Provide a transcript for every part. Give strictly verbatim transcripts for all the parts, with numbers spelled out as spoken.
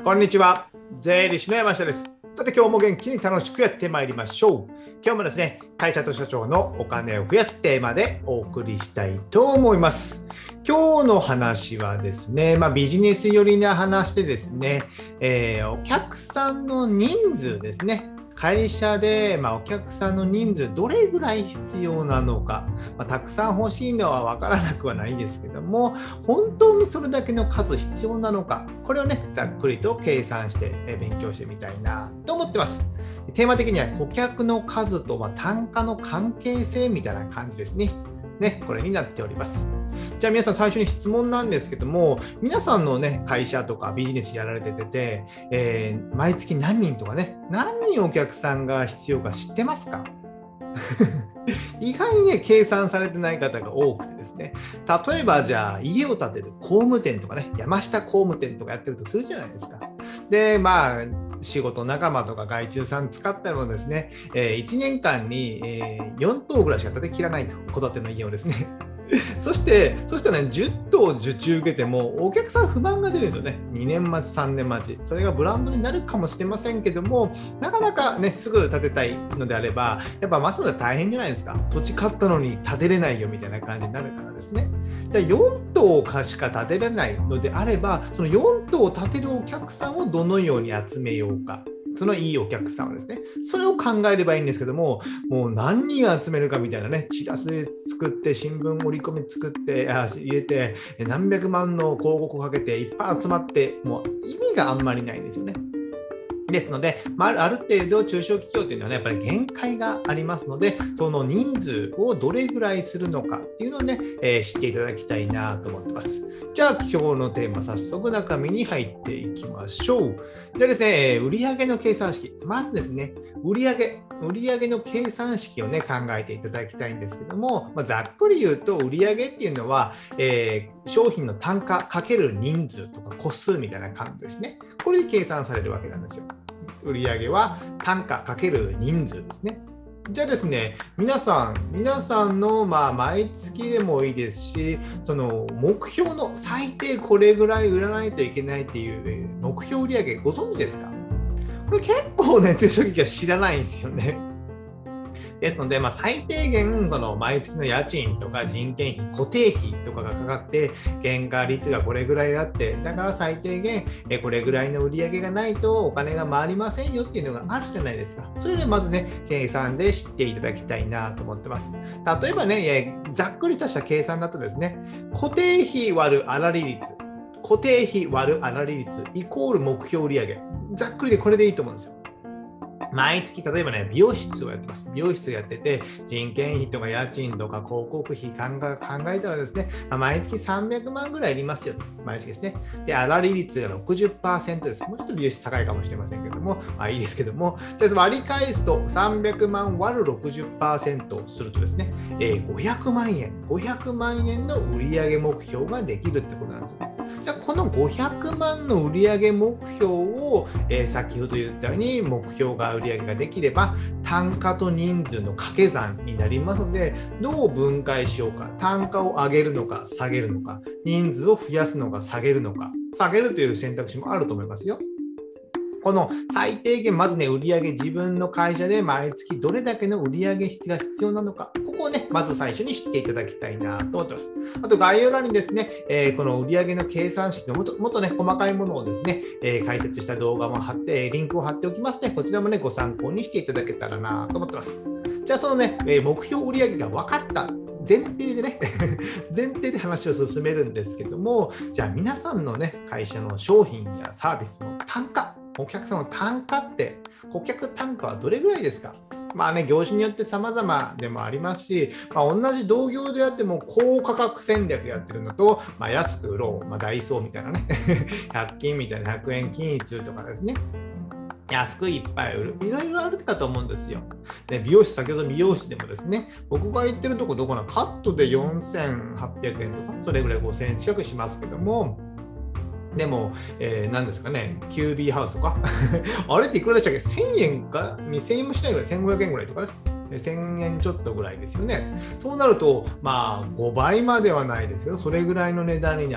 こんにちは。税理士の山下です。さて今日も元気に楽しくやってまいりましょう。今日もですね、会社と社長のお金を増やすテーマでお送りしたいと思います。今日の話はですね、まあ、ビジネス寄りな話でですね、えー、お客さんの人数ですね。会社で、まあ、お客さんの人数どれぐらい必要なのか、まあ、たくさん欲しいのは分からなくはないんですけども、本当にそれだけの数必要なのか、これをねざっくりと計算して勉強してみたいなと思ってます。テーマ的には顧客の数とまあ単価の関係性みたいな感じですね。ね、これになっております。じゃあ皆さん最初に質問なんですけども、皆さんのね会社とかビジネスやられてて、えー、毎月何人とかね、何人お客さんが必要か知ってますか？意外にね計算されてない方が多くてですね、例えばじゃあ家を建てる工務店とかね、山下工務店とかやってるとするじゃないですか。でまあ仕事仲間とか外注さん使ったのですね、えー、いちねんかんに、えー、よん棟ぐらいしか建てきらないと、戸建ての家をですね。そして、そしたらね、じゅっ棟受注受けても、お客さん不満が出るんですよね。にねんまち、さんねんまち。それがブランドになるかもしれませんけども、なかなかね、すぐ建てたいのであれば、やっぱ待つのが大変じゃないですか。土地買ったのに建てれないよみたいな感じになるからですね。でよん棟しか建てれないのであれば、そのよん棟建てるお客さんをどのように集めようか。そのいいお客さんをですね、それを考えればいいんですけども、もう何人集めるかみたいなね、チラシ作って、新聞折り込み作って、あ入れて、何百万の広告をかけて、いっぱい集まって、もう意味があんまりないんですよね。ですので、まあ、ある程度中小企業というのは、ね、やっぱり限界がありますので、その人数をどれぐらいするのかっていうのをね、えー、知っていただきたいなと思ってます。じゃあ今日のテーマ、早速中身に入っていきましょう。じゃあですね、売上の計算式。まずですね、売上、売上の計算式をね、考えていただきたいんですけども、まあ、ざっくり言うと、売上っていうのは、えー、商品の単価かける人数とか個数みたいな感じですね。これで計算されるわけなんですよ。売上は単価かける人数ですね。じゃあですね、皆さん、皆さんのまあ毎月でもいいですし、その目標の最低これぐらい売らないといけないっていう目標売上ご存知ですか？これ結構ね、中小企業は知らないんですよね。ですので、まあ、最低限この毎月の家賃とか人件費、固定費とかがかかって原価率がこれぐらいあって、だから最低限これぐらいの売り上げがないとお金が回りませんよっていうのがあるじゃないですか。それでまずね、計算で知っていただきたいなと思ってます。例えばね、ざっくりとした計算だとですね、固定費割る粗利率、固定費割る粗利率イコール目標売上。ざっくりでこれでいいと思うんですよ。毎月、例えばね、美容室をやってます。美容室やってて、人件費とか家賃とか広告費考えたらですね、まあ、毎月さんびゃくまんぐらいいりますよと。毎月ですね。で、粗利率が ろくじゅっパーセント です。もうちょっと美容室高いかもしれませんけども、まあいいですけども、じゃあ割り返すとさんびゃくまん割る ろくじゅっパーセント するとですね、えー、ごひゃくまんえん、ごひゃくまんえんの売上目標ができるってことなんですよ。じゃあこのごひゃくまんの売上目標を、えー、先ほど言ったように目標が売上ができれば単価と人数の掛け算になりますので、どう分解しようか、単価を上げるのか下げるのか、人数を増やすのか下げるのか、下げるという選択肢もあると思いますよ。この最低限、まずね、売上、自分の会社で毎月どれだけの売上が必要なのか、ここをね、まず最初に知っていただきたいなと思ってます。あと概要欄にですね、えー、この売上の計算式のもっともっとね、細かいものをですね、えー、解説した動画も貼って、リンクを貼っておきますので、こちらもね、ご参考にしていただけたらなと思ってます。じゃあ、そのね、目標売上が分かった前提でね、前提で話を進めるんですけども、じゃあ皆さんのね、会社の商品やサービスの単価、お客さんの単価って、顧客単価はどれぐらいですか？まあね、業種によって様々でもありますし、まあ、同じ同業であっても高価格戦略やってるのと、まあ、安く売ろう、まあ、ダイソーみたいなね、ひゃく均みたいなひゃくえん均一とかですね。安くいっぱい売る。いろいろあるかと思うんですよ。で、美容室、先ほど美容室でもですね、僕が行ってるとこどこなの、カットでよんせんはっぴゃくえんとか、それぐらいごせんえん近くしますけども、でも、えー、何ですかね、キュービーハウスとかあれっていくらでしたっけ？ せん 円かにせんえんもしないぐらい、せんごひゃくえんぐらいとかですか？せんえんちょっとぐらいですよね。そうなると、まあ、ごばいまではないですけど、それぐらいの値段になる。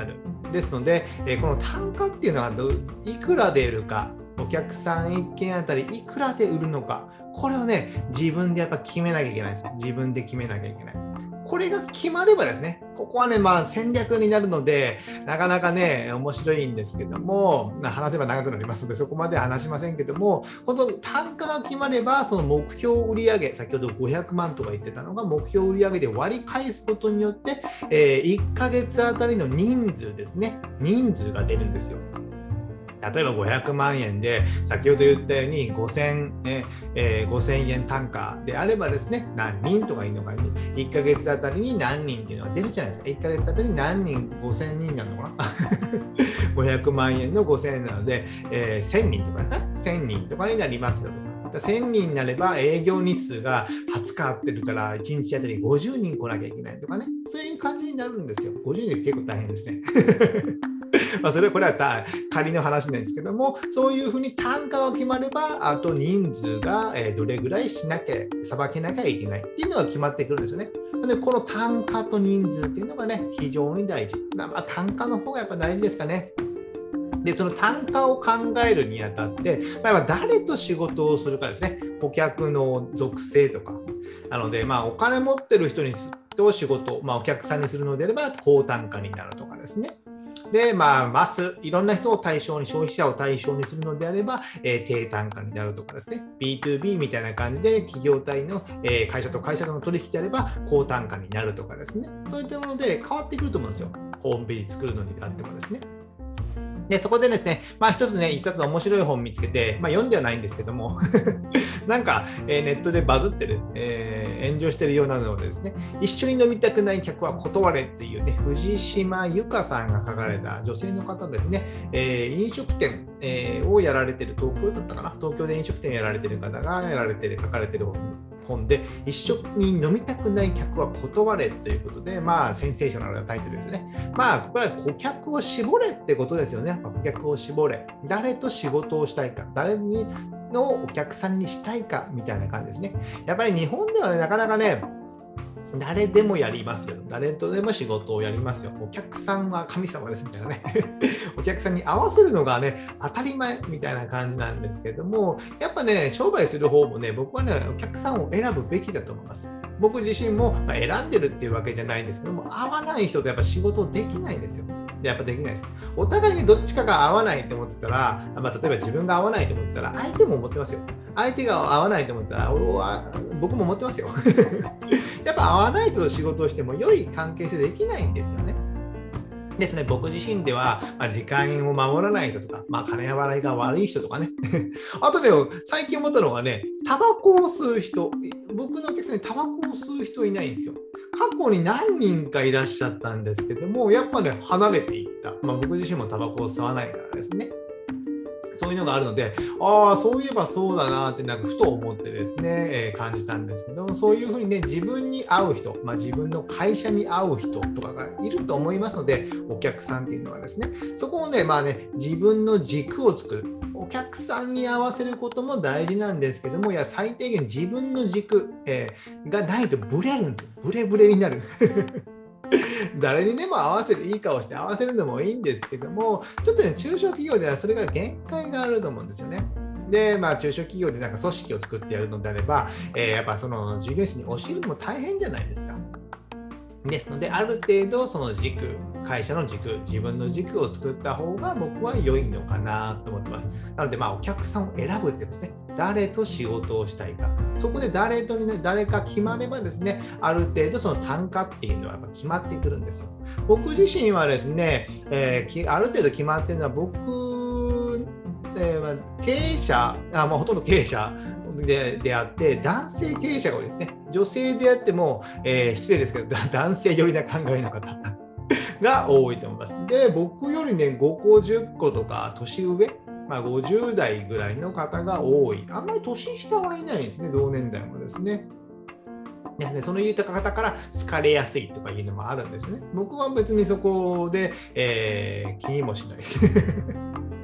ですので、えー、この単価っていうのはどいくらで売るか、お客さんいっけんあたりいくらで売るのか、これをね、自分でやっぱ決めなきゃいけないんですよ。自分で決めなきゃいけない。これが決まればですね、ここはね、まあ戦略になるので、なかなかね、面白いんですけども、話せば長くなりますので、そこまでは話しませんけども、本当、単価が決まれば、その目標売上、先ほどごひゃくまんとか言ってたのが、目標売上で割り返すことによって、えー、いっかげつあたりの人数ですね、人数が出るんですよ。例えばごひゃくまんえんで、先ほど言ったようにごせんえん単価であればですね、何人とかいいのかに、いっかげつあたりに何人っていうのが出るじゃないですか。いっかげつあたりに何人、ごせんにんなのかなごひゃくまんえんのごせんえんなので、えー、せんにんとかですね、せんにんとかになりますよとか。せんにんになれば営業日数がはつかあってるからいちにちあたりごじゅうにん来なきゃいけないとかね、そういう感じになるんですよ。ごじゅうにん結構大変ですね。まあそれはこれは仮の話なんですけども、そういうふうに単価が決まれば、あと人数がどれぐらいしなきゃ、さばけなきゃいけないっていうのが決まってくるんですよね。なので、この単価と人数っていうのがね、非常に大事。まあ、単価の方がやっぱ大事ですかね。で、その単価を考えるにあたって、まあ、誰と仕事をするかですね。顧客の属性とか。なので、まあ、お金持ってる人にと仕事、まあ、お客さんにするのであれば、高単価になるとかですね。で、まあ、マス、いろんな人を対象に、消費者を対象にするのであれば、えー、低単価になるとかですね、ビーツービー みたいな感じで、企業体の、えー、会社と会社との取引であれば、高単価になるとかですね、そういったもので変わってくると思うんですよ。ホームページ作るのにあってもですね。で、そこでですね、まあ一つね、一冊面白い本見つけて、まあ読んではないんですけども、なんか、えー、ネットでバズってる、えー、炎上してるようなのでですね、一緒に飲みたくない客は断れっていうね、藤島由香さんが書かれた女性の方ですね、えー、飲食店、えー、をやられてる、東京だったかな、東京で飲食店をやられてる方がやられてる、書かれてる本本で、一緒に飲みたくない客は断れということで、まあ、センセーショナルなタイトルですよね。まあ、これは顧客を絞れってことですよね。顧客を絞れ。誰と仕事をしたいか、誰にのお客さんにしたいかみたいな感じですね。やっぱり日本ではね、なかなかね、誰でもやりますよ。誰とでも仕事をやりますよ。お客さんは神様ですみたいなね。お客さんに合わせるのがね、当たり前みたいな感じなんですけども、やっぱね、商売する方もね、僕はね、お客さんを選ぶべきだと思います。僕自身も選んでるっていうわけじゃないんですけども、合わない人とやっぱ仕事できないんですよ。やっぱできないです。お互いにどっちかが合わないと思ってたら、まあ、例えば自分が合わないと思ったら、相手も思ってますよ。相手が合わないと思ったら、俺は僕も思ってますよ。やっぱ合わない人と仕事をしても良い関係性できないんですよね。ですね、僕自身では、まあ、時間を守らない人とか、まあ、金払いが悪い人とかね。あとね、最近思ったのがね、タバコを吸う人、僕のお客さんにタバコを吸う人いないんですよ。過去に何人かいらっしゃったんですけども、やっぱね、離れていった。まあ、僕自身もタバコを吸わないからですね。そういうのがあるので、ああ、そういえばそうだなってなんかふと思ってですね、えー、感じたんですけど、そういうふうにね、自分に合う人、まあ、自分の会社に合う人とかがいると思いますので、お客さんっていうのはですね、そこをね、まあね、自分の軸を作る。お客さんに合わせることも大事なんですけども、いや、最低限自分の軸、えー、がないとブレるんですよ。ブレブレになる。誰にでも合わせる、いい顔して合わせるのもいいんですけども、ちょっとね、中小企業ではそれが限界があると思うんですよね。で、まあ、中小企業でなんか組織を作ってやるのであれば、えー、やっぱその従業員に教えるのも大変じゃないですか。ですので、ある程度その軸、会社の軸、自分の軸を作った方が僕は良いのかなと思ってます。なので、まあ、お客さんを選ぶってことですね。誰と仕事をしたいか。そこで誰と、ね、誰か決まればですね、ある程度その単価っていうのはやっぱ決まってくるんですよ。僕自身はですね、えー、ある程度決まってるのは僕、えー、経営者、あまあ、ほとんど経営者で, であって、男性経営者が多いですね。女性であっても、えー、失礼ですけど、男性寄りな考えの方が多いと思います。で、僕よりね、ごこ、じゅっことか年上、まあ、ごじゅう代ぐらいの方が多い。あんまり年下はいないですね、同年代もですね。でその言った方から好かれやすいとかいうのもあるんですね。僕は別にそこで、えー、気にもしない。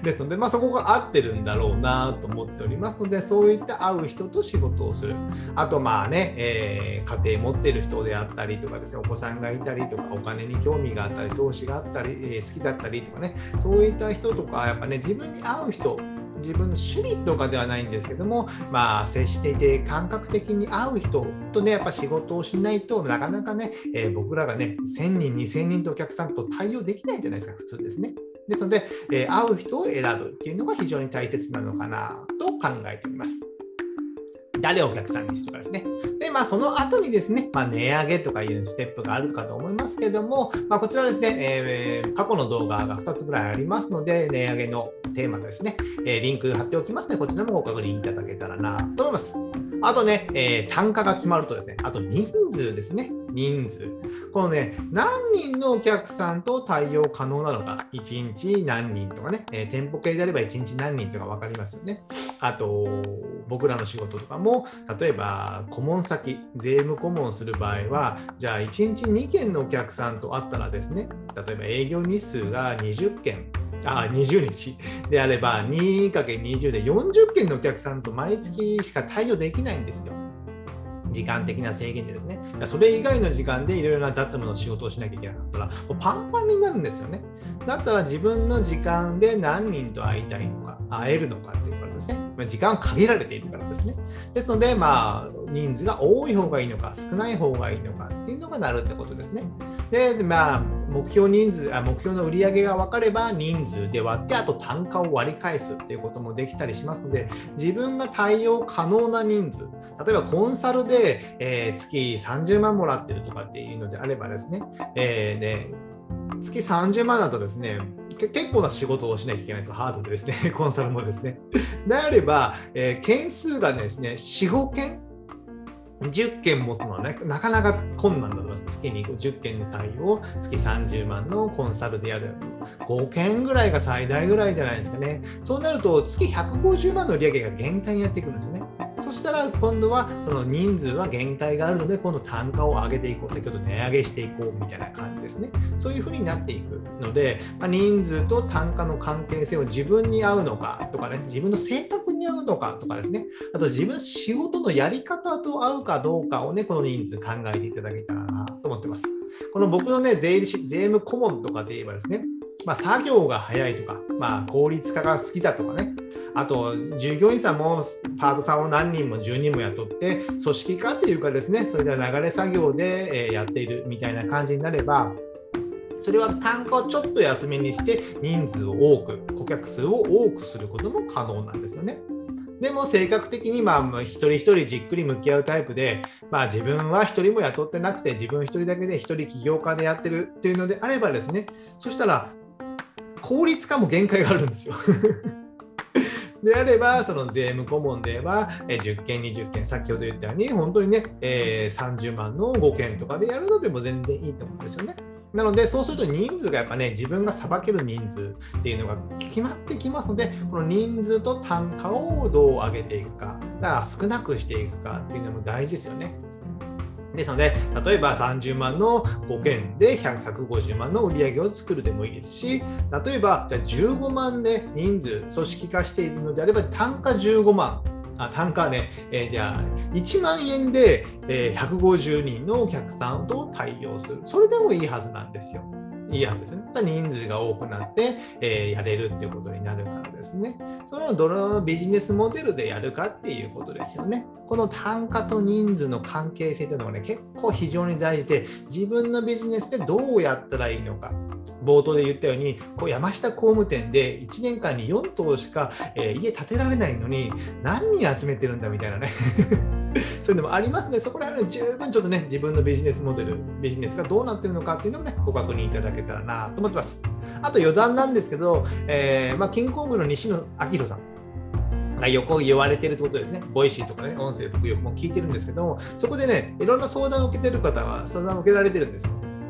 ですので、まあ、そこが合ってるんだろうなと思っておりますので、そういった合う人と仕事をする。あとまあね、えー、家庭持ってる人であったりとかですね、お子さんがいたりとか、お金に興味があったり、投資があったり、えー、好きだったりとかね、そういった人とか、やっぱね、自分に合う人、自分の趣味とかではないんですけども、まあ、接していて感覚的に合う人とね、やっぱ仕事をしないとなかなかね、えー、僕らがね、せんにん、にせんにんとお客さんと対応できないじゃないですか、普通ですね。ですので、えー、合う人を選ぶっていうのが非常に大切なのかなと考えております。誰をお客さんにするかですね。で、まあ、その後にですね、まあ、値上げとかいうステップがあるかと思いますけども、まあ、こちらですね、えー、過去の動画がふたつぐらいありますので、値上げのテーマがですね、えー、リンク貼っておきますので、こちらもご確認いただけたらなと思います。あとね、えー、単価が決まるとですね、あと人数ですね。人数。このね、何人のお客さんと対応可能なのか、いちにち何人とかね、えー、店舗系であればいちにち何人とか分かりますよね。あと、僕らの仕事とかも、例えば顧問先、税務顧問する場合は、じゃあいちにちにけんのお客さんと会ったらですね、例えば営業日数がにじゅっけん、あ、にじゅうにちであれば にかけるにじゅう でよんじゅっけんのお客さんと毎月しか対応できないんですよ。時間的な制限でですね。それ以外の時間でいろいろな雑務の仕事をしなきゃいけなかったら、もうパンパンになるんですよね。だったら自分の時間で何人と会いたいのか、会えるのかっていうからですね。時間限られているからですね。ですので、まあ、人数が多い方がいいのか、少ない方がいいのかっていうのがなるってことですね。で、まあ、目標人数、あ、目標の売り上げが分かれば人数で割って、あと単価を割り返すっていうこともできたりしますので、自分が対応可能な人数、例えばコンサルで、えー、月さんじゅうまんもらってるとかっていうのであればですね、えー、ね月さんじゅうまんだとですね、結構な仕事をしなきゃいけないんですよ、ハードでですね、コンサルもですね。であれば、えー、件数がですね、よん、ごけん、じゅっけん持つのは、ね、なかなか困難だと思います。月にじゅっけんの対応、月さんじゅうまんのコンサルでやる。ごけんぐらいが最大ぐらいじゃないですかね。そうなると、月ひゃくごじゅうまんの売り上げが限界になってくるんですよね。そしたら今度はその人数は限界があるので、今度単価を上げていこう、先ほど値上げしていこうみたいな感じですね。そういうふうになっていくので、まあ、人数と単価の関係性を自分に合うのかとかね、自分の性格に合うのかとかですね、あと自分仕事のやり方と合うかどうかをね、この人数考えていただけたらなと思ってます。この僕のね、税理士、税務顧問とかで言えばですね、まあ、作業が早いとか、まあ、効率化が好きだとかね、あと従業員さんもパートさんを何人もじゅうにんも雇って組織化っていうかですね、それでは流れ作業でやっているみたいな感じになれば、それは単価をちょっと安めにして人数を多く、顧客数を多くすることも可能なんですよね。でも性格的にまあ一人一人じっくり向き合うタイプで、まあ、自分は一人も雇ってなくて自分一人だけで一人起業家でやってるっていうのであればですね、そしたら効率化も限界があるんですよ。であれば、その税務顧問ではじゅっけん、にじゅっけん、先ほど言ったように、本当にね、えー、さんじゅうまんのごけんとかでやるのでも全然いいと思うんですよね。なので、そうすると人数がやっぱね、自分がさばける人数っていうのが決まってきますので、この人数と単価をどう上げていくか、だから少なくしていくかっていうのも大事ですよね。ですので、例えばさんじゅうまんのごけんでひゃくごじゅうまんの売り上げを作るでもいいですし、例えばじゃあじゅうごまんで人数、組織化しているのであれば、単価じゅうごまん、あ単価ね、えー、じゃあいちまんえんで、えー、ひゃくごじゅうにんのお客さんと対応する。それでもいいはずなんですよ。いいはずですね。そしたら人数が多くなって、えー、やれるっていうことになるからですね。それをどのビジネスモデルでやるかっていうことですよね。この単価と人数の関係性というのがね、結構非常に大事で、自分のビジネスでどうやったらいいのか。冒頭で言ったように、こう山下工務店でいちねんかんによん棟しか、えー、家建てられないのに何人集めてるんだみたいなね。そういうのもありますので、そこら辺は十分ちょっとね、自分のビジネスモデル、ビジネスがどうなっているのかっていうのもね、ご確認いただけたらなと思ってます。あと余談なんですけど、えーまあ、キングコングの西野昭弘さんがよく言われているってことですね。ボイシーとかね、音声僕よくも聞いてるんですけども、そこでね、いろんな相談を受けてる方は相談を受けられてるんですよ。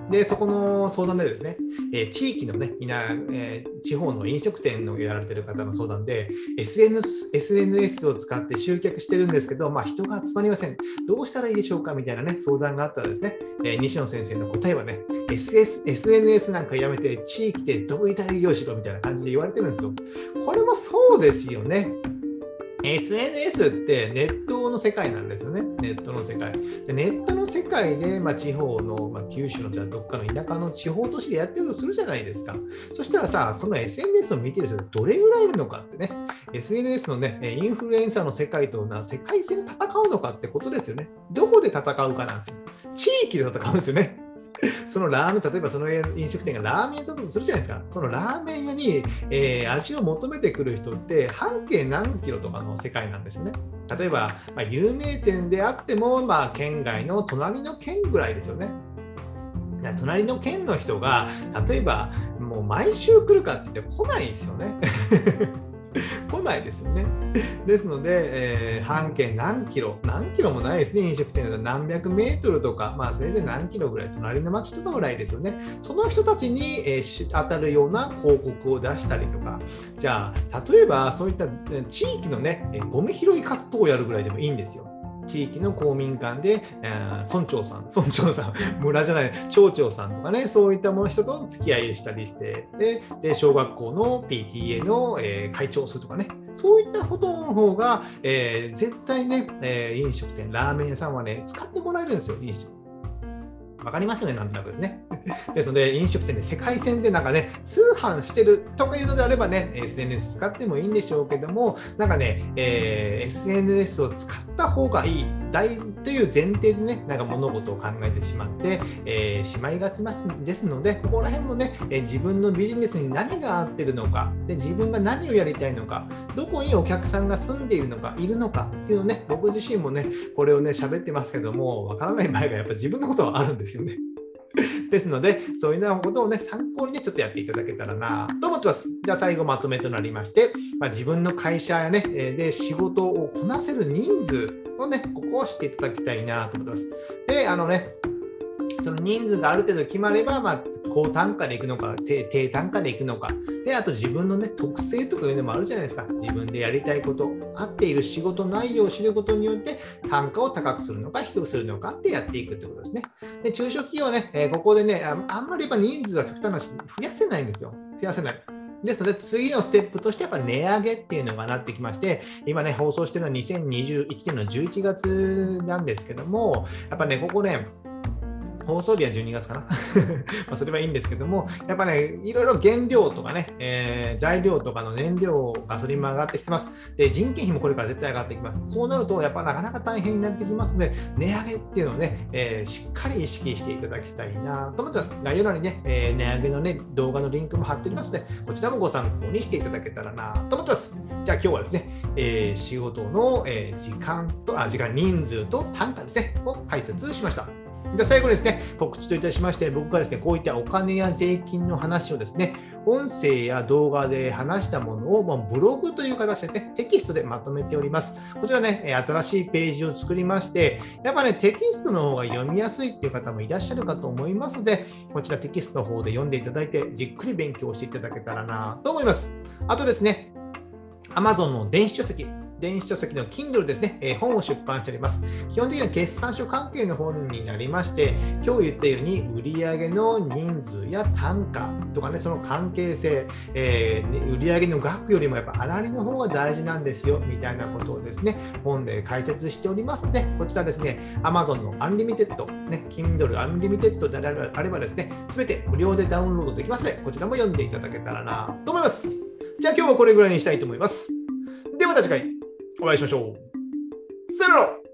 で、そこの相談でですね、えー、地域のね、いな、えー、地方の飲食店をやられてる方の相談で、エスエヌエス を使って集客してるんですけど、まあ、人が集まりません。どうしたらいいでしょうかみたいなね、相談があったらですね、えー、西野先生の答えはね、エスエヌエス なんかやめて、地域で独立営業しろみたいな感じで言われてるんですよ。これもそうですよね。エスエヌエス ってネットの世界なんですよね。ネットの世界。でネットの世界で、まあ、地方の、まあ、九州のじゃあどっかの田舎の地方都市でやってるとするじゃないですか。そしたらさ、その エスエヌエス を見てる人がどれぐらいいるのかってね、エスエヌエス のね、インフルエンサーの世界とな世界戦で戦うのかってことですよね。どこで戦うかなんですよ。地域で戦うんですよね。そのラーメン、例えばその飲食店がラーメン屋だとするじゃないですか。そのラーメン屋に、えー、味を求めてくる人って半径何キロとかの世界なんですよね。例えば、まあ、有名店であっても、まあ、県外の隣の県ぐらいですよね。隣の県の人が、例えばもう毎週来るかって言って来ないんですよね。来ないですよね。ですので、えー、半径何キロ、何キロもないですね、飲食店だと何百メートルとか、まあ、それで何キロぐらい、隣の町とかぐらいですよね。その人たちに、えー、当たるような広告を出したりとか、じゃあ、例えばそういった地域のね、ゴミ拾い活動をやるぐらいでもいいんですよ。地域の公民館で、えー、村長さん、村長さん、村じゃない、町長さんとかね、そういったもの人と付き合いしたりして、で、で小学校の ピーティーエー の、えー、会長をするとかね、そういったことの方が、えー、絶対ね、えー、飲食店、ラーメン屋さんはね、使ってもらえるんですよ、飲食。わかりますよね、なんとなくですね。ですので、飲食店で世界戦でなんかね、通販してるとかいうのであればね、エスエヌエス 使ってもいいんでしょうけども、なんかね、えー、エスエヌエス を使った方がいい大という前提でね、なんか物事を考えてしまって、えー、しまいがちですので、ここら辺もね、えー、自分のビジネスに何が合ってるのか、で、自分が何をやりたいのか、どこにお客さんが住んでいるのか、いるのかっていうのをね、僕自身もね、これをね、喋ってますけども、わからない場合がやっぱ自分のことはあるんですよね。ですので、そういうようなことをね、参考にね、ちょっとやっていただけたらなと思ってます。じゃあ最後まとめとなりまして、まあ、自分の会社やね、で仕事をこなせる人数をね、ここを知っていただきたいなと思ってます。で、あのね、その人数がある程度決まれば、まあ、高単価でいくのか、低, 低単価でいくのか、で、あと自分のね、特性とかいうのもあるじゃないですか。自分でやりたいこと、合っている仕事内容を知ることによって、単価を高くするのか、低くするのかってやっていくってことですね。で、中小企業はね、えー、ここでねあ、あんまりやっぱ人数は極端な話、増やせないんですよ。増やせない。ですので、次のステップとしてやっぱ値上げっていうのがなってきまして、今ね、放送してるのはにせんにじゅういちねんのじゅういちがつなんですけども、やっぱね、ここね、放送日はじゅうにがつかなまあそれはいいんですけども、やっぱね、いろいろ原料とかね、えー、材料とかの燃料、ガソリンも上がってきてます。で、人件費もこれから絶対上がってきます。そうなると、やっぱなかなか大変になってきますので、値上げっていうのをね、えー、しっかり意識していただきたいなと思ってます。概要欄にね、えー、値上げのね、動画のリンクも貼っておりますので、こちらもご参考にしていただけたらなと思ってます。じゃあ今日はですね、えー、仕事の、えー、時間と、あ、時間、人数と単価ですね、を解説しました。で最後にですね、告知といたしまして、僕がですね、こういったお金や税金の話をですね、音声や動画で話したものを、まあ、ブログという形ですね、テキストでまとめております。こちらね、新しいページを作りまして、やっぱね、テキストの方が読みやすいっていう方もいらっしゃるかと思いますので、こちらテキストの方で読んでいただいて、じっくり勉強していただけたらなと思います。あとですね、Amazon の電子書籍、電子書籍の Kindle ですね、えー、本を出版しております。基本的には決算書関係の本になりまして、今日言ったように売上の人数や単価とかね、その関係性、えー、売上の額よりもやっぱ粗利の方が大事なんですよ、みたいなことをですね、本で解説しておりますので、こちらですね、Amazon の Unlimited、ね、Kindle Unlimited であればですね、すべて無料でダウンロードできますので、こちらも読んでいただけたらなと思います。じゃあ今日はこれぐらいにしたいと思います。ではまた次回お会いしましょう。さよなら。